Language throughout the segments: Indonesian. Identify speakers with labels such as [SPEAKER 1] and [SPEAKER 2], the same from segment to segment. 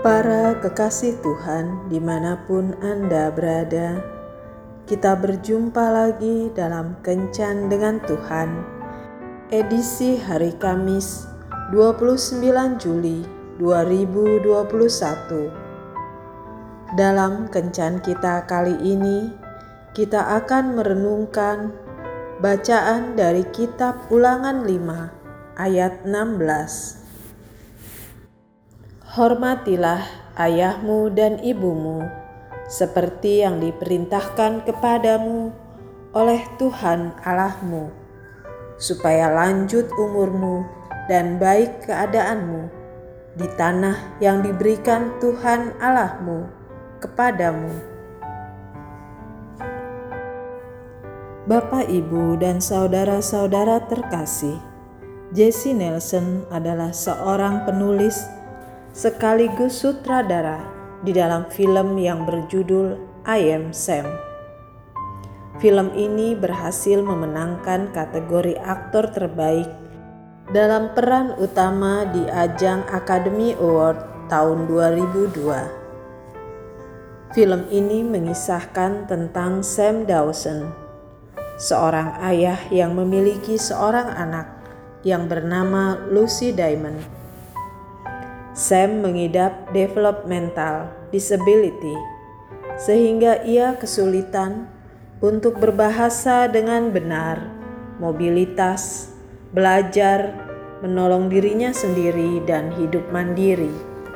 [SPEAKER 1] Para kekasih Tuhan, dimanapun Anda berada, kita berjumpa lagi dalam Kencan dengan Tuhan, edisi hari Kamis 29 Juli 2021. Dalam Kencan kita kali ini, kita akan merenungkan bacaan dari kitab Ulangan 5 ayat 16. Hormatilah ayahmu dan ibumu, seperti yang diperintahkan kepadamu oleh Tuhan Allahmu, supaya lanjut umurmu dan baik keadaanmu di tanah yang diberikan Tuhan Allahmu kepadamu. Bapak, Ibu, dan saudara-saudara terkasih, Jesse Nelson adalah seorang penulis sekaligus sutradara di dalam film yang berjudul I Am Sam. Film ini berhasil memenangkan kategori aktor terbaik dalam peran utama di ajang Academy Award tahun 2002. Film ini mengisahkan tentang Sam Dawson, seorang ayah yang memiliki seorang anak yang bernama Lucy Diamond. Sam mengidap developmental disability, sehingga ia kesulitan untuk berbahasa dengan benar, mobilitas, belajar, menolong dirinya sendiri, dan hidup mandiri.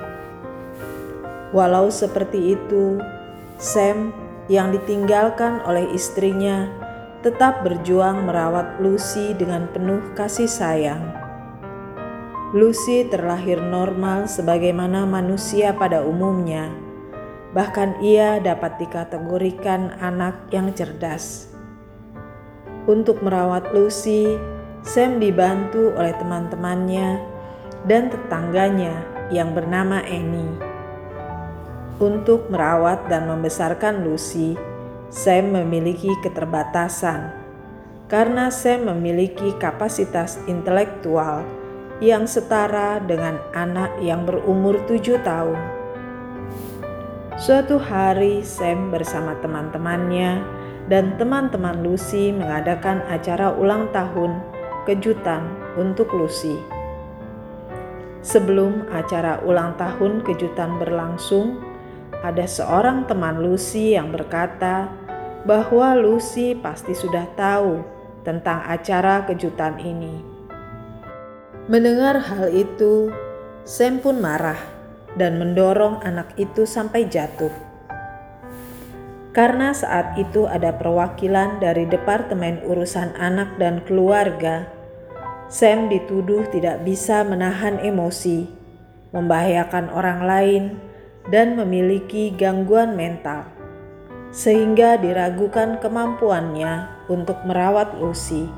[SPEAKER 1] Walau seperti itu, Sam yang ditinggalkan oleh istrinya tetap berjuang merawat Lucy dengan penuh kasih sayang. Lucy terlahir normal sebagaimana manusia pada umumnya. Bahkan ia dapat dikategorikan anak yang cerdas. Untuk merawat Lucy, Sam dibantu oleh teman-temannya dan tetangganya yang bernama Annie. Untuk merawat dan membesarkan Lucy, Sam memiliki keterbatasan karena Sam memiliki kapasitas intelektual yang setara dengan anak yang berumur 7 tahun. Suatu hari Sam bersama teman-temannya dan teman-teman Lucy mengadakan acara ulang tahun kejutan untuk Lucy. Sebelum acara ulang tahun kejutan berlangsung, ada seorang teman Lucy yang berkata bahwa Lucy pasti sudah tahu tentang acara kejutan ini. Mendengar hal itu, Sam pun marah dan mendorong anak itu sampai jatuh. Karena saat itu ada perwakilan dari Departemen Urusan Anak dan Keluarga, Sam dituduh tidak bisa menahan emosi, membahayakan orang lain, dan memiliki gangguan mental, sehingga diragukan kemampuannya untuk merawat Lucy.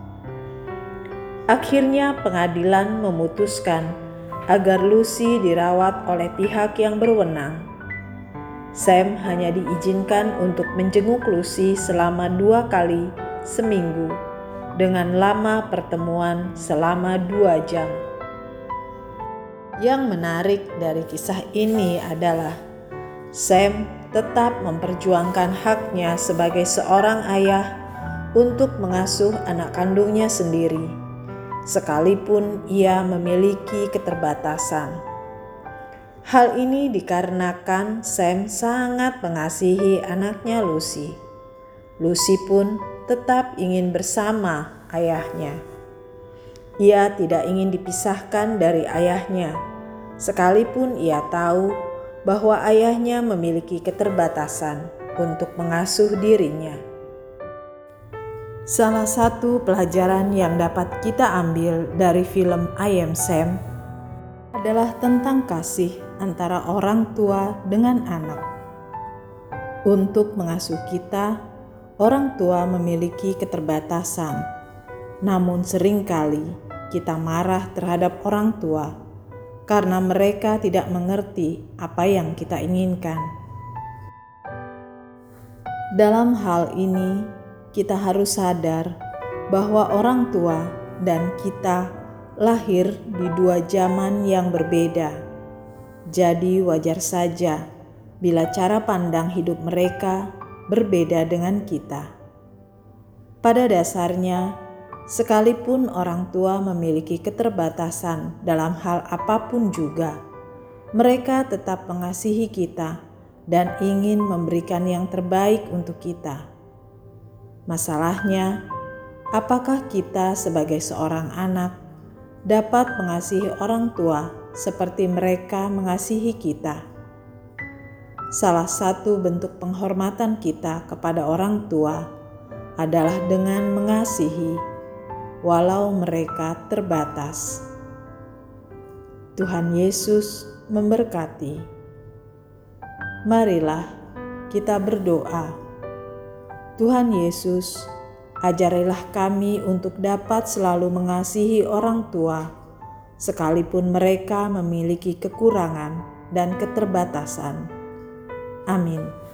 [SPEAKER 1] Akhirnya pengadilan memutuskan agar Lucy dirawat oleh pihak yang berwenang. Sam hanya diizinkan untuk menjenguk Lucy selama 2 kali seminggu dengan lama pertemuan selama 2 jam. Yang menarik dari kisah ini adalah Sam tetap memperjuangkan haknya sebagai seorang ayah untuk mengasuh anak kandungnya sendiri, sekalipun ia memiliki keterbatasan. Hal ini dikarenakan Sam sangat mengasihi anaknya Lucy. Lucy pun tetap ingin bersama ayahnya. Ia tidak ingin dipisahkan dari ayahnya, sekalipun ia tahu bahwa ayahnya memiliki keterbatasan untuk mengasuh dirinya. Salah satu pelajaran yang dapat kita ambil dari film I Am Sam adalah tentang kasih antara orang tua dengan anak. Untuk mengasuh kita, orang tua memiliki keterbatasan. Namun seringkali kita marah terhadap orang tua karena mereka tidak mengerti apa yang kita inginkan. Dalam hal ini, kita harus sadar bahwa orang tua dan kita lahir di 2 zaman yang berbeda. Jadi wajar saja bila cara pandang hidup mereka berbeda dengan kita. Pada dasarnya, sekalipun orang tua memiliki keterbatasan dalam hal apapun juga, mereka tetap mengasihi kita dan ingin memberikan yang terbaik untuk kita. Masalahnya, apakah kita sebagai seorang anak dapat mengasihi orang tua seperti mereka mengasihi kita? Salah satu bentuk penghormatan kita kepada orang tua adalah dengan mengasihi, walau mereka terbatas. Tuhan Yesus memberkati. Marilah kita berdoa. Tuhan Yesus, ajarilah kami untuk dapat selalu mengasihi orang tua, sekalipun mereka memiliki kekurangan dan keterbatasan. Amin.